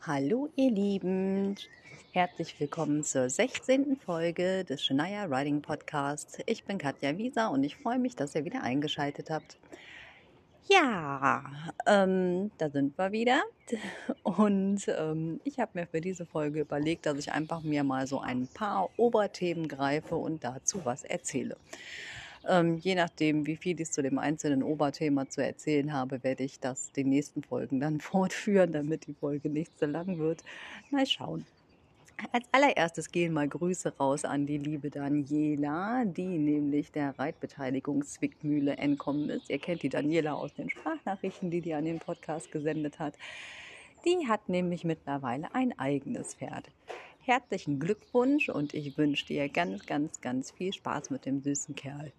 Hallo ihr Lieben, herzlich willkommen zur 16. Folge des Shania Riding Podcasts. Ich bin Katja Wieser und ich freue mich, dass ihr wieder eingeschaltet habt. Ja, da sind wir wieder und ich habe mir für diese Folge überlegt, dass ich einfach mir mal so ein paar Oberthemen greife und dazu was erzähle. Je nachdem, wie viel ich zu dem einzelnen Oberthema zu erzählen habe, werde ich das die nächsten Folgen dann fortführen, damit die Folge nicht so lang wird. Mal schauen. Als allererstes gehen mal Grüße raus an die liebe Daniela, die nämlich der Reitbeteiligungszwickmühle entkommen ist. Ihr kennt die Daniela aus den Sprachnachrichten, die an den Podcast gesendet hat. Die hat nämlich mittlerweile ein eigenes Pferd. Herzlichen Glückwunsch und ich wünsche dir ganz, ganz, ganz viel Spaß mit dem süßen Kerl.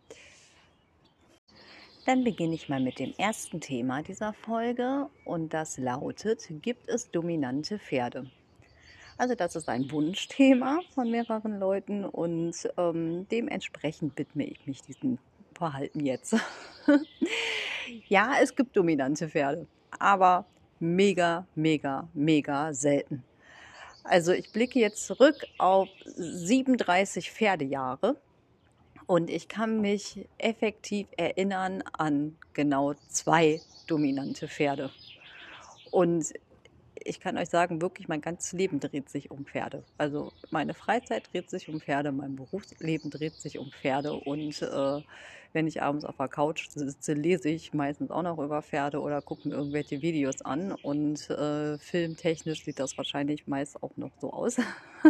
Dann beginne ich mal mit dem ersten Thema dieser Folge und das lautet: Gibt es dominante Pferde? Also das ist ein Wunschthema von mehreren Leuten und dementsprechend widme ich mich diesem Verhalten jetzt. Ja, es gibt dominante Pferde, aber mega, mega, mega selten. Also ich blicke jetzt zurück auf 37 Pferdejahre und ich kann mich effektiv erinnern an genau 2 dominante Pferde. Und ich kann euch sagen, wirklich mein ganzes Leben dreht sich um Pferde. Also meine Freizeit dreht sich um Pferde, mein Berufsleben dreht sich um Pferde und wenn ich abends auf der Couch sitze, lese ich meistens auch noch über Pferde oder gucke mir irgendwelche Videos an und filmtechnisch sieht das wahrscheinlich meist auch noch so aus.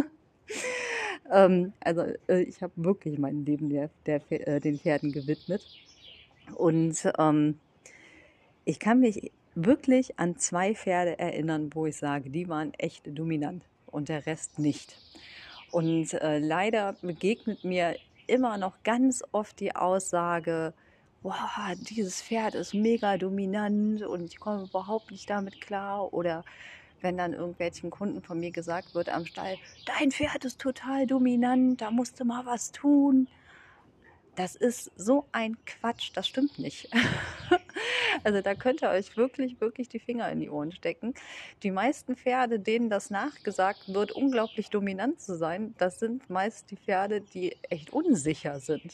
Ich habe wirklich mein Leben den Pferden gewidmet und ich kann mich wirklich an 2 Pferde erinnern, wo ich sage, die waren echt dominant und der Rest nicht. Und leider begegnet mir immer noch ganz oft die Aussage: wow, dieses Pferd ist mega dominant und ich komme überhaupt nicht damit klar. Oder wenn dann irgendwelchen Kunden von mir gesagt wird am Stall: dein Pferd ist total dominant, da musst du mal was tun. Das ist so ein Quatsch, das stimmt nicht. Also da könnt ihr euch wirklich, wirklich die Finger in die Ohren stecken. Die meisten Pferde, denen das nachgesagt wird, unglaublich dominant zu sein, das sind meist die Pferde, die echt unsicher sind.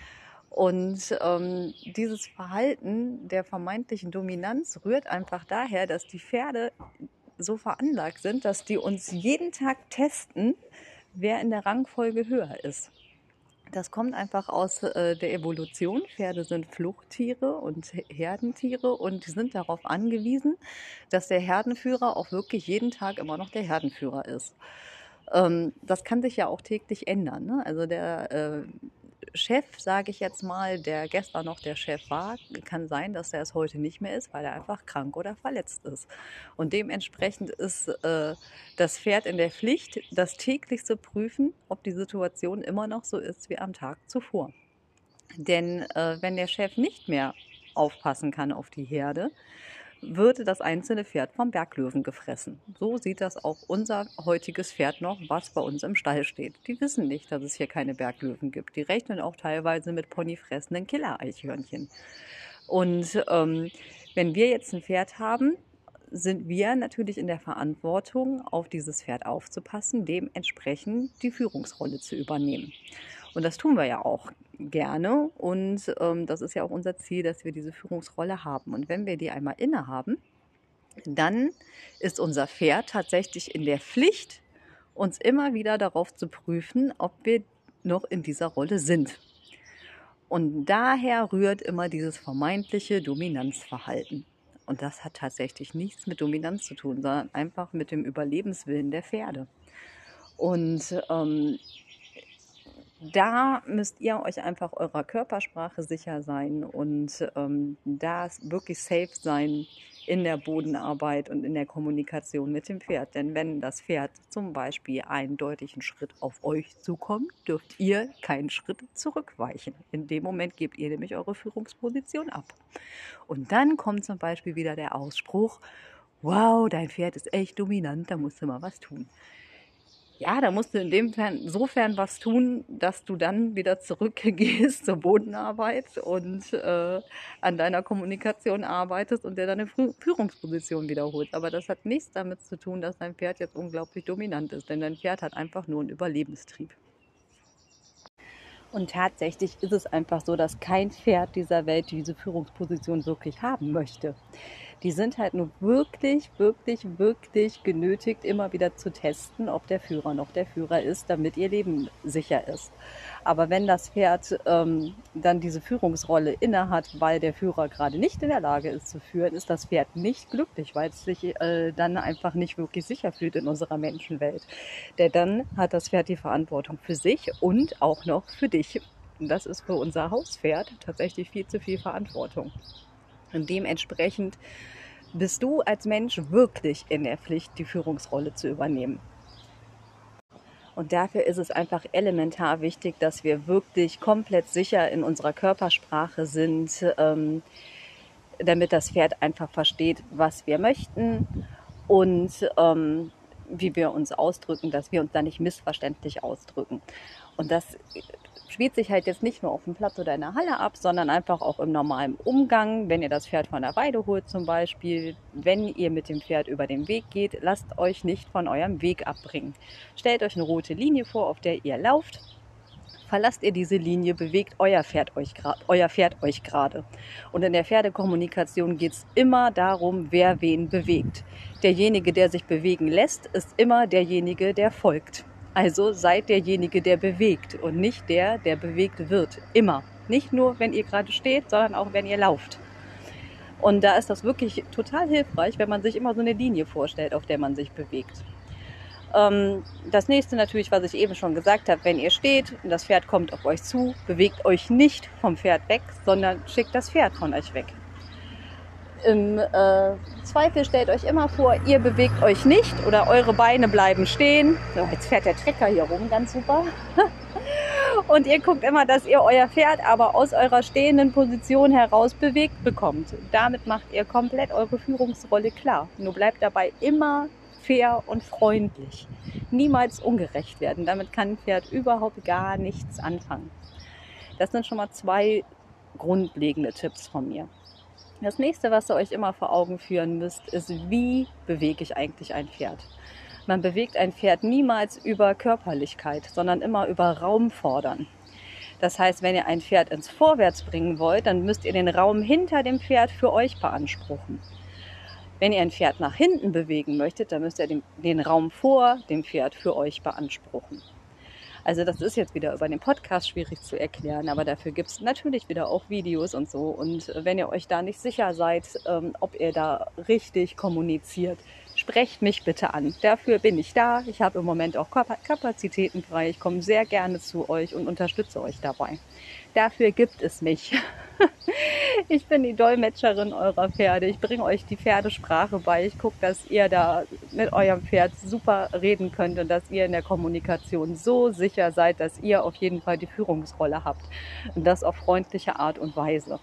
Und dieses Verhalten der vermeintlichen Dominanz rührt einfach daher, dass die Pferde so veranlagt sind, dass die uns jeden Tag testen, wer in der Rangfolge höher ist. Das kommt einfach aus der Evolution. Pferde sind Fluchttiere und Herdentiere und die sind darauf angewiesen, dass der Herdenführer auch wirklich jeden Tag immer noch der Herdenführer ist. Das kann sich ja auch täglich ändern, ne? Also der Chef, sage ich jetzt mal, der gestern noch der Chef war, kann sein, dass er es heute nicht mehr ist, weil er einfach krank oder verletzt ist. Und dementsprechend ist das Pferd in der Pflicht, das täglich zu prüfen, ob die Situation immer noch so ist wie am Tag zuvor. Denn wenn der Chef nicht mehr aufpassen kann auf die Herde, würde das einzelne Pferd vom Berglöwen gefressen. So sieht das auch unser heutiges Pferd noch, was bei uns im Stall steht. Die wissen nicht, dass es hier keine Berglöwen gibt. Die rechnen auch teilweise mit ponyfressenden Killer-Eichhörnchen. Und wenn wir jetzt ein Pferd haben, sind wir natürlich in der Verantwortung, auf dieses Pferd aufzupassen, dementsprechend die Führungsrolle zu übernehmen. Und das tun wir ja auch gerne und das ist ja auch unser Ziel, dass wir diese Führungsrolle haben. Und wenn wir die einmal innehaben, dann ist unser Pferd tatsächlich in der Pflicht, uns immer wieder darauf zu prüfen, ob wir noch in dieser Rolle sind. Und daher rührt immer dieses vermeintliche Dominanzverhalten. Und das hat tatsächlich nichts mit Dominanz zu tun, sondern einfach mit dem Überlebenswillen der Pferde. Und da müsst ihr euch einfach eurer Körpersprache sicher sein und da wirklich safe sein in der Bodenarbeit und in der Kommunikation mit dem Pferd. Denn wenn das Pferd zum Beispiel einen deutlichen Schritt auf euch zukommt, dürft ihr keinen Schritt zurückweichen. In dem Moment gebt ihr nämlich eure Führungsposition ab. Und dann kommt zum Beispiel wieder der Ausspruch: wow, dein Pferd ist echt dominant, da musst du mal was tun. ja, da musst du insofern was tun, dass du dann wieder zurückgehst zur Bodenarbeit und an deiner Kommunikation arbeitest und dir deine Führungsposition wiederholst. Aber das hat nichts damit zu tun, dass dein Pferd jetzt unglaublich dominant ist, denn dein Pferd hat einfach nur einen Überlebenstrieb. Und tatsächlich ist es einfach so, dass kein Pferd dieser Welt diese Führungsposition wirklich haben möchte. Die sind halt nur wirklich, wirklich, wirklich genötigt, immer wieder zu testen, ob der Führer noch der Führer ist, damit ihr Leben sicher ist. Aber wenn das Pferd dann diese Führungsrolle innehat, weil der Führer gerade nicht in der Lage ist zu führen, ist das Pferd nicht glücklich, weil es sich dann einfach nicht wirklich sicher fühlt in unserer Menschenwelt. Denn dann hat das Pferd die Verantwortung für sich und auch noch für dich. Und das ist für unser Hauspferd tatsächlich viel zu viel Verantwortung. Und dementsprechend bist du als Mensch wirklich in der Pflicht, die Führungsrolle zu übernehmen. Und dafür ist es einfach elementar wichtig, dass wir wirklich komplett sicher in unserer Körpersprache sind, damit das Pferd einfach versteht, was wir möchten und wie wir uns ausdrücken, dass wir uns da nicht missverständlich ausdrücken. Und das spielt sich halt jetzt nicht nur auf dem Platz oder in der Halle ab, sondern einfach auch im normalen Umgang. Wenn ihr das Pferd von der Weide holt zum Beispiel, wenn ihr mit dem Pferd über den Weg geht, lasst euch nicht von eurem Weg abbringen. Stellt euch eine rote Linie vor, auf der ihr lauft. Verlasst ihr diese Linie, bewegt euer Pferd euch gerade. Und in der Pferdekommunikation geht es immer darum, wer wen bewegt. Derjenige, der sich bewegen lässt, ist immer derjenige, der folgt. Also seid derjenige, der bewegt und nicht der, der bewegt wird. Immer. Nicht nur, wenn ihr gerade steht, sondern auch, wenn ihr lauft. Und da ist das wirklich total hilfreich, wenn man sich immer so eine Linie vorstellt, auf der man sich bewegt. Das nächste natürlich, was ich eben schon gesagt habe, wenn ihr steht und das Pferd kommt auf euch zu, bewegt euch nicht vom Pferd weg, sondern schickt das Pferd von euch weg. Im Zweifel stellt euch immer vor, ihr bewegt euch nicht oder eure Beine bleiben stehen. So, jetzt fährt der Trecker hier rum, ganz super. Und ihr guckt immer, dass ihr euer Pferd aber aus eurer stehenden Position heraus bewegt bekommt. Damit macht ihr komplett eure Führungsrolle klar. Nur bleibt dabei immer fair und freundlich. Niemals ungerecht werden. Damit kann ein Pferd überhaupt gar nichts anfangen. Das sind schon mal 2 grundlegende Tipps von mir. Das nächste, was ihr euch immer vor Augen führen müsst, ist, wie bewege ich eigentlich ein Pferd? Man bewegt ein Pferd niemals über Körperlichkeit, sondern immer über Raum fordern. Das heißt, wenn ihr ein Pferd ins Vorwärts bringen wollt, dann müsst ihr den Raum hinter dem Pferd für euch beanspruchen. Wenn ihr ein Pferd nach hinten bewegen möchtet, dann müsst ihr den Raum vor dem Pferd für euch beanspruchen. Also das ist jetzt wieder über den Podcast schwierig zu erklären, aber dafür gibt es natürlich wieder auch Videos und so. Und wenn ihr euch da nicht sicher seid, ob ihr da richtig kommuniziert, sprecht mich bitte an. Dafür bin ich da. Ich habe im Moment auch Kapazitäten frei. Ich komme sehr gerne zu euch und unterstütze euch dabei. Dafür gibt es mich. Ich bin die Dolmetscherin eurer Pferde. Ich bringe euch die Pferdesprache bei. Ich gucke, dass ihr da mit eurem Pferd super reden könnt und dass ihr in der Kommunikation so sicher seid, dass ihr auf jeden Fall die Führungsrolle habt. Und das auf freundliche Art und Weise.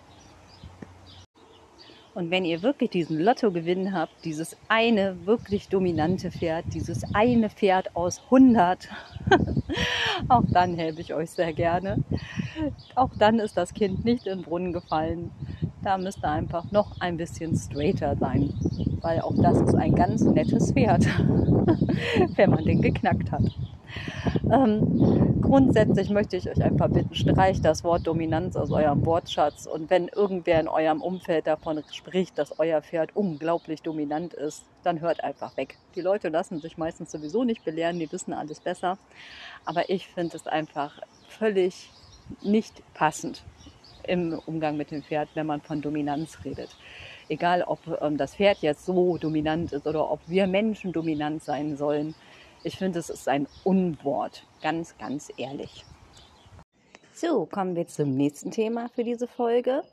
Und wenn ihr wirklich diesen Lottogewinn habt, dieses eine wirklich dominante Pferd, dieses eine Pferd aus 100, auch dann helfe ich euch sehr gerne. Auch dann ist das Kind nicht in den Brunnen gefallen. Da müsst ihr einfach noch ein bisschen straighter sein, weil auch das ist ein ganz nettes Pferd, wenn man den geknackt hat. Grundsätzlich möchte ich euch einfach bitten, streicht das Wort Dominanz aus eurem Wortschatz. Und wenn irgendwer in eurem Umfeld davon spricht, dass euer Pferd unglaublich dominant ist, dann hört einfach weg. Die Leute lassen sich meistens sowieso nicht belehren, die wissen alles besser. Aber ich finde es einfach völlig nicht passend im Umgang mit dem Pferd, wenn man von Dominanz redet. Egal, ob das Pferd jetzt so dominant ist oder ob wir Menschen dominant sein sollen. Ich finde, es ist ein Unwort, ganz, ganz ehrlich. So, kommen wir zum nächsten Thema für diese Folge.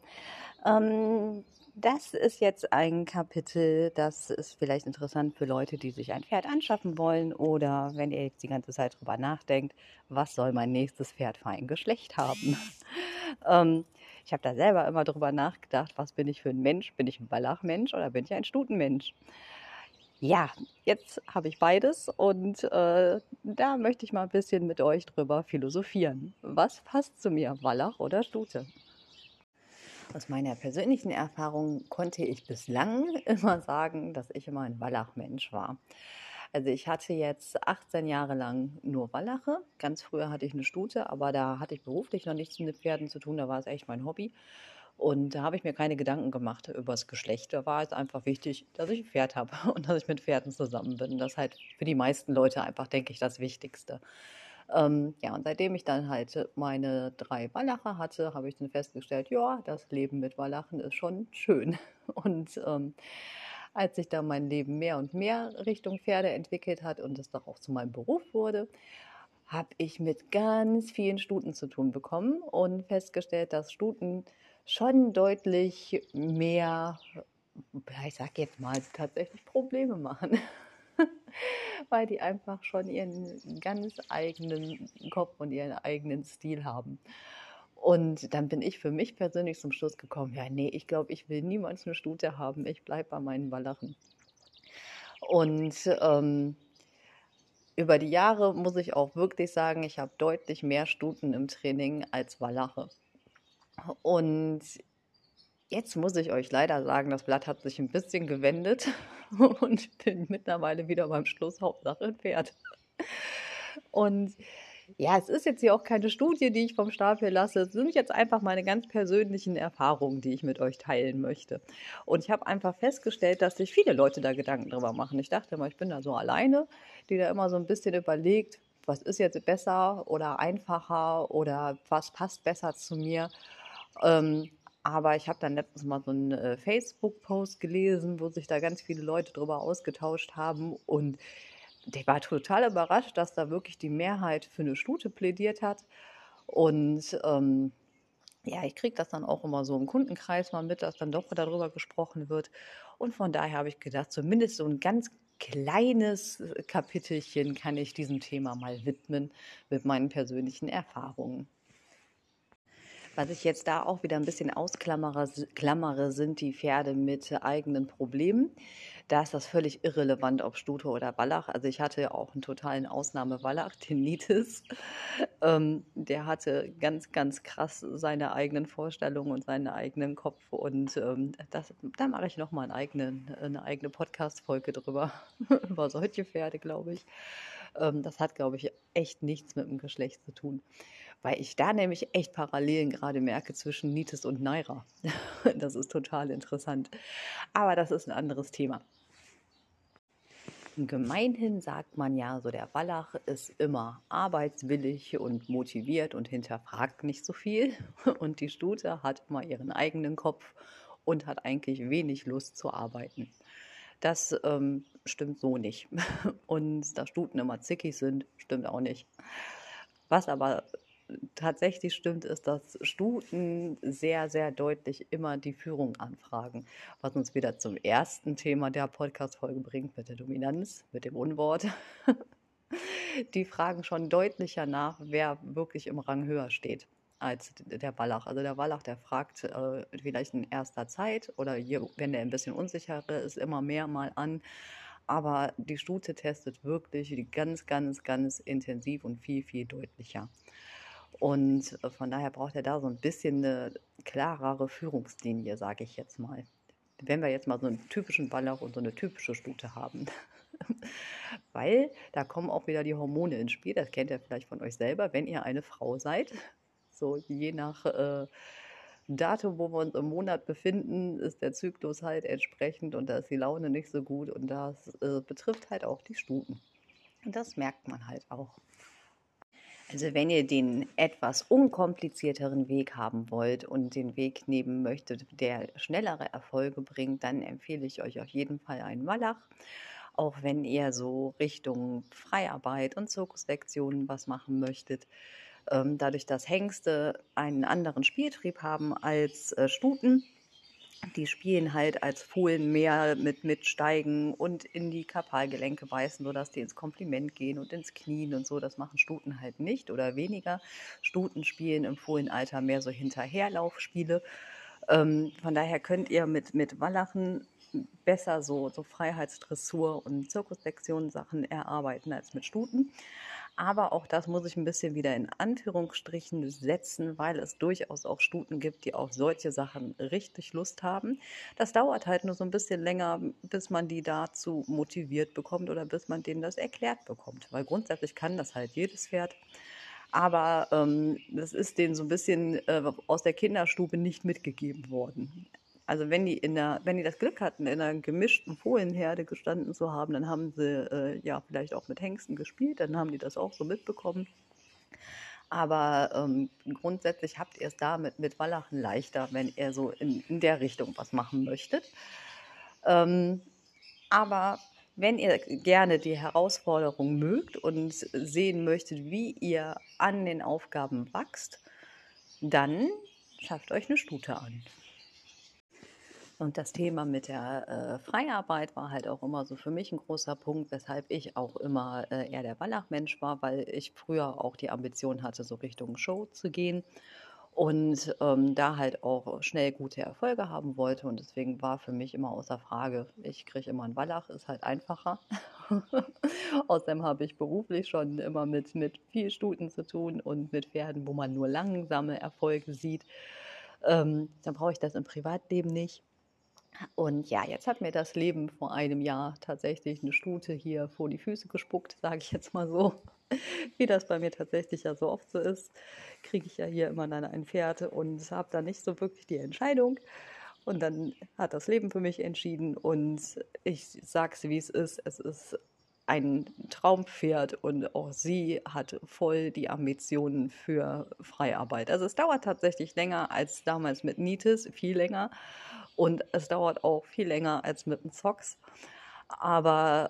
Das ist jetzt ein Kapitel, das ist vielleicht interessant für Leute, die sich ein Pferd anschaffen wollen oder wenn ihr jetzt die ganze Zeit drüber nachdenkt, was soll mein nächstes Pferd für ein Geschlecht haben? Ich habe da selber immer drüber nachgedacht, was bin ich für ein Mensch? Bin ich ein Wallachmensch oder bin ich ein Stutenmensch? Ja, jetzt habe ich beides und da möchte ich mal ein bisschen mit euch drüber philosophieren. Was passt zu mir, Wallach oder Stute? Aus meiner persönlichen Erfahrung konnte ich bislang immer sagen, dass ich immer ein Wallachmensch war. Also ich hatte jetzt 18 Jahre lang nur Wallache. Ganz früher hatte ich eine Stute, aber da hatte ich beruflich noch nichts mit Pferden zu tun. Da war es echt mein Hobby. Und da habe ich mir keine Gedanken gemacht über das Geschlecht. Da war es einfach wichtig, dass ich ein Pferd habe und dass ich mit Pferden zusammen bin. Das ist halt für die meisten Leute einfach, denke ich, das Wichtigste. Ja, und seitdem ich dann halt meine 3 Wallache hatte, habe ich dann festgestellt, ja, das Leben mit Wallachen ist schon schön. Und als sich dann mein Leben mehr und mehr Richtung Pferde entwickelt hat und es doch auch zu meinem Beruf wurde, habe ich mit ganz vielen Stuten zu tun bekommen und festgestellt, dass Stuten schon deutlich mehr, ja, ich sag jetzt mal, tatsächlich Probleme machen. Weil die einfach schon ihren ganz eigenen Kopf und ihren eigenen Stil haben. Und dann bin ich für mich persönlich zum Schluss gekommen, ja, nee, ich glaube, ich will niemals eine Stute haben. Ich bleibe bei meinen Wallachen. Und über die Jahre muss ich auch wirklich sagen, ich habe deutlich mehr Stuten im Training als Wallache. Und jetzt muss ich euch leider sagen, das Blatt hat sich ein bisschen gewendet und bin mittlerweile wieder beim Schluss Hauptsache ein Pferd. Und ja, es ist jetzt hier auch keine Studie, die ich vom Stapel lasse. Es sind jetzt einfach meine ganz persönlichen Erfahrungen, die ich mit euch teilen möchte. Und ich habe einfach festgestellt, dass sich viele Leute da Gedanken drüber machen. Ich dachte immer, ich bin da so alleine, die da immer so ein bisschen überlegt, was ist jetzt besser oder einfacher oder was passt besser zu mir. Ähm, aber ich habe dann letztens mal so einen Facebook-Post gelesen, wo sich da ganz viele Leute drüber ausgetauscht haben. Und ich war total überrascht, dass da wirklich die Mehrheit für eine Stute plädiert hat. Und ja, ich kriege das dann auch immer so im Kundenkreis mal mit, dass dann doch darüber gesprochen wird. Und von daher habe ich gedacht, zumindest so ein ganz kleines Kapitelchen kann ich diesem Thema mal widmen mit meinen persönlichen Erfahrungen. Was ich jetzt da auch wieder ein bisschen ausklammere, sind die Pferde mit eigenen Problemen. Da ist das völlig irrelevant, ob Stute oder Wallach. Also ich hatte ja auch einen totalen Ausnahme-Wallach, den Nitis. Der hatte ganz, ganz krass seine eigenen Vorstellungen und seinen eigenen Kopf. Und da mache ich nochmal eine eigene Podcast-Folge drüber, über solche Pferde, glaube ich. Das hat, glaube ich, echt nichts mit dem Geschlecht zu tun. Weil ich da nämlich echt Parallelen gerade merke zwischen Nitis und Naira. Das ist total interessant. Aber das ist ein anderes Thema. Gemeinhin sagt man ja, so der Wallach ist immer arbeitswillig und motiviert und hinterfragt nicht so viel. Und die Stute hat immer ihren eigenen Kopf und hat eigentlich wenig Lust zu arbeiten. Das stimmt so nicht. Und dass Stuten immer zickig sind, stimmt auch nicht. Was aber tatsächlich stimmt, ist, dass Stuten sehr, sehr deutlich immer die Führung anfragen, was uns wieder zum ersten Thema der Podcast-Folge bringt, mit der Dominanz, mit dem Unwort. Die fragen schon deutlicher nach, wer wirklich im Rang höher steht als der Wallach. Also der Wallach, der fragt vielleicht in erster Zeit oder wenn der ein bisschen unsicherer ist, immer mehr mal an. Aber die Stute testet wirklich ganz, ganz, ganz intensiv und viel, viel deutlicher. Und von daher braucht er da so ein bisschen eine klarere Führungslinie, sage ich jetzt mal. Wenn wir jetzt mal so einen typischen Wallach und so eine typische Stute haben. Weil da kommen auch wieder die Hormone ins Spiel. Das kennt ihr vielleicht von euch selber, wenn ihr eine Frau seid. So je nach Datum, wo wir uns im Monat befinden, ist der Zyklus halt entsprechend und da ist die Laune nicht so gut und das betrifft halt auch die Stuten. Und das merkt man halt auch. Also wenn ihr den etwas unkomplizierteren Weg haben wollt und den Weg nehmen möchtet, der schnellere Erfolge bringt, dann empfehle ich euch auf jeden Fall einen Wallach. Auch wenn ihr so Richtung Freiarbeit und Zirkuslektionen was machen möchtet. Dadurch, dass Hengste einen anderen Spieltrieb haben als Stuten, die spielen halt als Fohlen mehr mit Steigen und in die Karpalgelenke beißen, sodass die ins Kompliment gehen und ins Knien und so. Das machen Stuten halt nicht oder weniger. Stuten spielen im Fohlenalter mehr so Hinterherlaufspiele. Von daher könnt ihr mit Wallachen besser so Freiheitsdressur und Zirkuslektionen Sachen erarbeiten als mit Stuten. Aber auch das muss ich ein bisschen wieder in Anführungsstrichen setzen, weil es durchaus auch Stuten gibt, die auf solche Sachen richtig Lust haben. Das dauert halt nur so ein bisschen länger, bis man die dazu motiviert bekommt oder bis man denen das erklärt bekommt. Weil grundsätzlich kann das halt jedes Pferd. Aber das ist denen so ein bisschen aus der Kinderstube nicht mitgegeben worden. Also wenn die das Glück hatten, in einer gemischten Fohlenherde gestanden zu haben, dann haben sie ja vielleicht auch mit Hengsten gespielt, dann haben die das auch so mitbekommen. Aber grundsätzlich habt ihr es da mit Wallachen leichter, wenn ihr so in der Richtung was machen möchtet. Aber wenn ihr gerne die Herausforderung mögt und sehen möchtet, wie ihr an den Aufgaben wächst, dann schafft euch eine Stute an. Und das Thema mit der Freiarbeit war halt auch immer so für mich ein großer Punkt, weshalb ich auch immer eher der Wallachmensch war, weil ich früher auch die Ambition hatte, so Richtung Show zu gehen und da halt auch schnell gute Erfolge haben wollte. Und deswegen war für mich immer außer Frage, ich kriege immer einen Wallach, ist halt einfacher. Außerdem habe ich beruflich schon immer mit viel Stuten zu tun und mit Pferden, wo man nur langsame Erfolge sieht. Dann brauche ich das im Privatleben nicht. Und ja, jetzt hat mir das Leben vor einem Jahr tatsächlich eine Stute hier vor die Füße gespuckt, sage ich jetzt mal so. Wie das bei mir tatsächlich ja so oft so ist, kriege ich ja hier immer dann ein Pferd und habe da nicht so wirklich die Entscheidung. Und dann hat das Leben für mich entschieden und ich sage es, wie es ist ein Traumpferd und auch sie hat voll die Ambitionen für Freiarbeit. Also es dauert tatsächlich länger als damals mit Nitis, viel länger. Und es dauert auch viel länger als mit dem Zox. Aber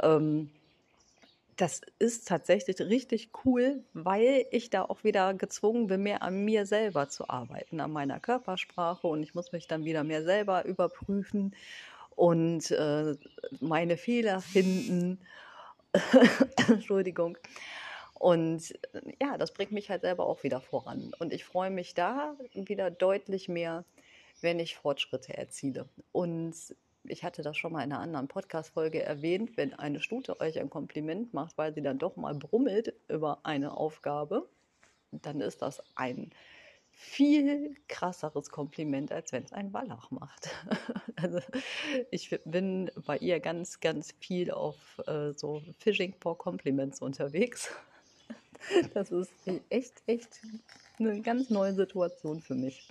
das ist tatsächlich richtig cool, weil ich da auch wieder gezwungen bin, mehr an mir selber zu arbeiten, an meiner Körpersprache. Und ich muss mich dann wieder mehr selber überprüfen und meine Fehler finden. Entschuldigung. Und ja, das bringt mich halt selber auch wieder voran. Und ich freue mich da wieder deutlich mehr, wenn ich Fortschritte erziele. Und ich hatte das schon mal in einer anderen Podcast-Folge erwähnt, wenn eine Stute euch ein Kompliment macht, weil sie dann doch mal brummelt über eine Aufgabe, dann ist das ein viel krasseres Kompliment, als wenn es ein Wallach macht. Also ich bin bei ihr ganz, ganz viel auf so Fishing for Compliments unterwegs. Das ist echt eine ganz neue Situation für mich.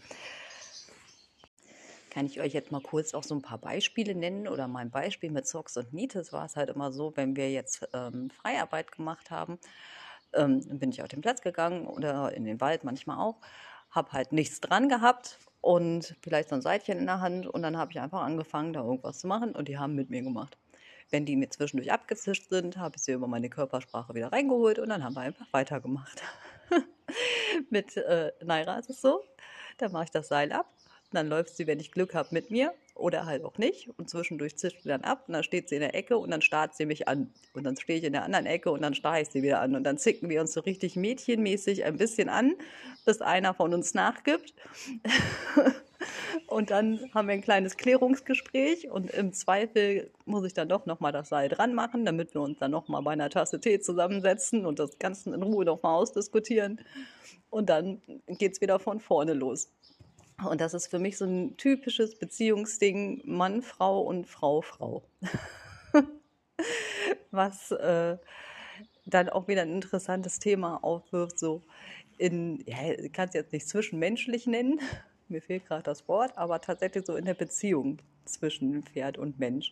Kann ich euch jetzt mal kurz auch so ein paar Beispiele nennen oder mein Beispiel mit Socks und Nites war es halt immer so, wenn wir jetzt Freiarbeit gemacht haben, bin ich auf den Platz gegangen oder in den Wald manchmal auch, habe halt nichts dran gehabt und vielleicht so ein Seilchen in der Hand und dann habe ich einfach angefangen, da irgendwas zu machen und die haben mit mir gemacht. Wenn die mir zwischendurch abgezischt sind, habe ich sie über meine Körpersprache wieder reingeholt und dann haben wir einfach weitergemacht. Mit Naira ist es so, da mache ich das Seil ab, dann läuft sie, wenn ich Glück habe, mit mir oder halt auch nicht und zwischendurch zischt sie dann ab und dann steht sie in der Ecke und dann starrt sie mich an und dann stehe ich in der anderen Ecke und dann starre ich sie wieder an und dann zicken wir uns so richtig mädchenmäßig ein bisschen an, bis einer von uns nachgibt. Und dann haben wir ein kleines Klärungsgespräch und im Zweifel muss ich dann doch nochmal das Seil dran machen, damit wir uns dann nochmal bei einer Tasse Tee zusammensetzen und das Ganze in Ruhe nochmal ausdiskutieren. Und dann geht es wieder von vorne los. Und das ist für mich so ein typisches Beziehungsding Mann, Frau und Frau, Frau. Was dann auch wieder ein interessantes Thema aufwirft, so ja, ich kann es jetzt nicht zwischenmenschlich nennen, mir fehlt gerade das Wort, aber tatsächlich so in der Beziehung zwischen Pferd und Mensch.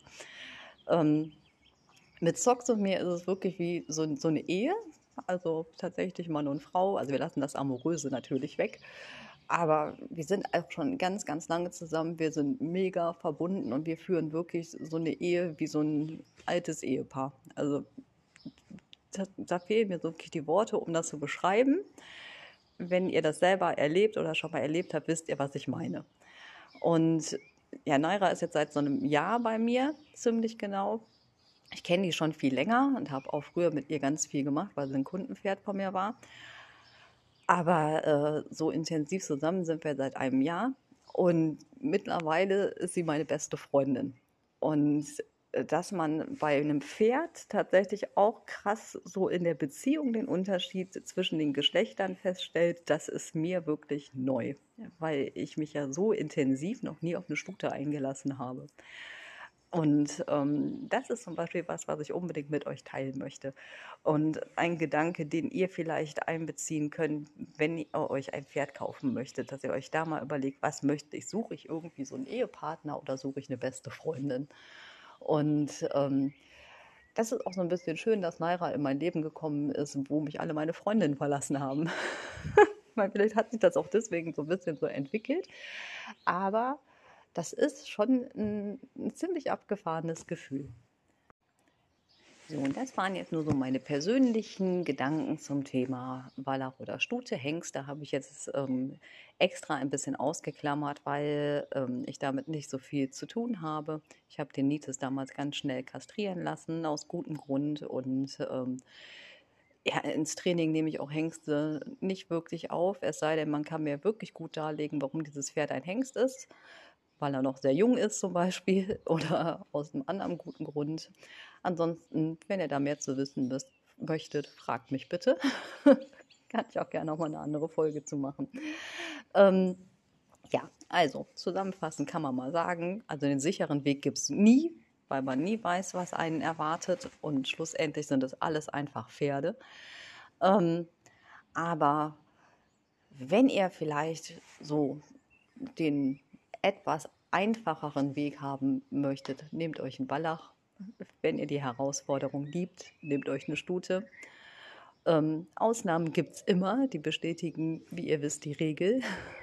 Mit Socks und mir ist es wirklich wie so eine Ehe, also tatsächlich Mann und Frau, also wir lassen das Amoröse natürlich weg, aber wir sind auch schon ganz, ganz lange zusammen, wir sind mega verbunden und wir führen wirklich so eine Ehe wie so ein altes Ehepaar. Also da fehlen mir so wirklich die Worte, um das zu beschreiben. Wenn ihr das selber erlebt oder schon mal erlebt habt, wisst ihr, was ich meine. Und ja, Naira ist jetzt seit so einem Jahr bei mir, ziemlich genau. Ich kenne die schon viel länger und habe auch früher mit ihr ganz viel gemacht, weil sie ein Kundenpferd von mir war. Aber so intensiv zusammen sind wir seit einem Jahr und mittlerweile ist sie meine beste Freundin. Und dass man bei einem Pferd tatsächlich auch krass so in der Beziehung den Unterschied zwischen den Geschlechtern feststellt, das ist mir wirklich neu, weil ich mich ja so intensiv noch nie auf eine Stute eingelassen habe. Und das ist zum Beispiel was ich unbedingt mit euch teilen möchte. Und ein Gedanke, den ihr vielleicht einbeziehen könnt, wenn ihr euch ein Pferd kaufen möchtet, dass ihr euch da mal überlegt, was möchte ich? Suche ich irgendwie so einen Ehepartner oder suche ich eine beste Freundin? Und das ist auch so ein bisschen schön, dass Naira in mein Leben gekommen ist, wo mich alle meine Freundinnen verlassen haben. Ich meine, vielleicht hat sich das auch deswegen so ein bisschen so entwickelt, aber das ist schon ein ziemlich abgefahrenes Gefühl. So, und das waren jetzt nur so meine persönlichen Gedanken zum Thema Wallach oder Stute. Hengste habe ich jetzt extra ein bisschen ausgeklammert, weil ich damit nicht so viel zu tun habe. Ich habe den Nites damals ganz schnell kastrieren lassen, aus gutem Grund. Und ja, ins Training nehme ich auch Hengste nicht wirklich auf, es sei denn, man kann mir wirklich gut darlegen, warum dieses Pferd ein Hengst ist, weil er noch sehr jung ist zum Beispiel oder aus einem anderen guten Grund. Ansonsten, wenn ihr da mehr zu wissen möchtet, fragt mich bitte. Kann ich auch gerne noch mal eine andere Folge zu machen. Ja, also zusammenfassend kann man mal sagen, also den sicheren Weg gibt es nie, weil man nie weiß, was einen erwartet und schlussendlich sind es alles einfach Pferde. Aber wenn ihr vielleicht so den etwas einfacheren Weg haben möchtet, nehmt euch einen Wallach. Wenn ihr die Herausforderung liebt, nehmt euch eine Stute. Ausnahmen gibt es immer, die bestätigen, wie ihr wisst, die Regel.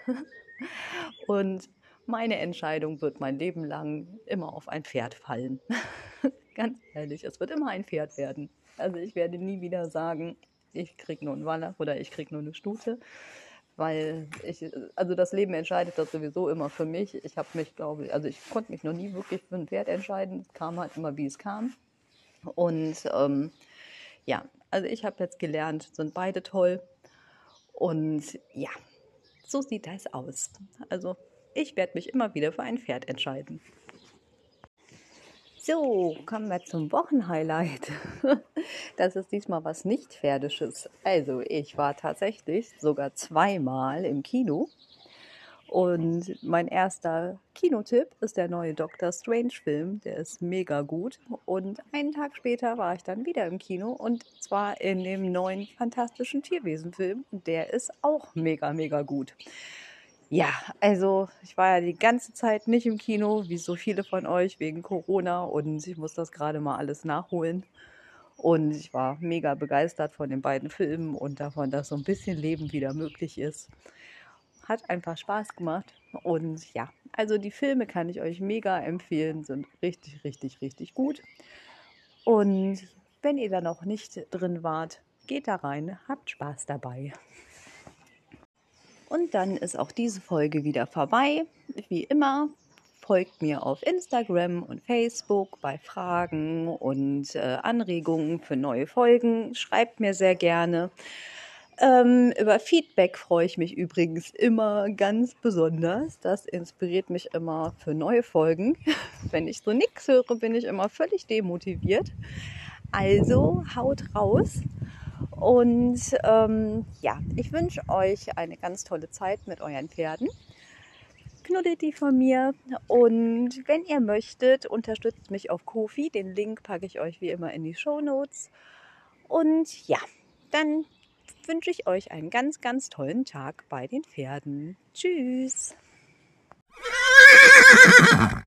Und meine Entscheidung wird mein Leben lang immer auf ein Pferd fallen. Ganz ehrlich, es wird immer ein Pferd werden. Also ich werde nie wieder sagen, ich kriege nur einen Wallach oder ich kriege nur eine Stute, weil also das Leben entscheidet das sowieso immer für mich. Ich habe mich, glaube ich, also ich konnte mich noch nie wirklich für ein Pferd entscheiden. Es kam halt immer, wie es kam. Und ja, also ich habe jetzt gelernt, sind beide toll. Und ja, so sieht das aus. Also ich werde mich immer wieder für ein Pferd entscheiden. So, kommen wir zum Wochenhighlight. Das ist diesmal was nicht Pferdisches. Also, ich war tatsächlich sogar zweimal im Kino. Und mein erster Kinotipp ist der neue Doctor Strange Film. Der ist mega gut. Und einen Tag später war ich dann wieder im Kino und zwar in dem neuen Fantastischen Tierwesen-Film. Der ist auch mega, mega gut. Ja, also ich war ja die ganze Zeit nicht im Kino, wie so viele von euch, wegen Corona und ich muss das gerade mal alles nachholen. Und ich war mega begeistert von den beiden Filmen und davon, dass so ein bisschen Leben wieder möglich ist. Hat einfach Spaß gemacht und ja, also die Filme kann ich euch mega empfehlen, sind richtig, richtig, richtig gut. Und wenn ihr da noch nicht drin wart, geht da rein, habt Spaß dabei. Und dann ist auch diese Folge wieder vorbei. Wie immer, folgt mir auf Instagram und Facebook bei Fragen und Anregungen für neue Folgen. Schreibt mir sehr gerne. Über Feedback freue ich mich übrigens immer ganz besonders. Das inspiriert mich immer für neue Folgen. Wenn ich so nichts höre, bin ich immer völlig demotiviert. Also haut raus. Und ja, ich wünsche euch eine ganz tolle Zeit mit euren Pferden. Knuddelt die von mir und wenn ihr möchtet, unterstützt mich auf Ko-fi. Den Link packe ich euch wie immer in die Shownotes. Und ja, dann wünsche ich euch einen ganz, ganz tollen Tag bei den Pferden. Tschüss!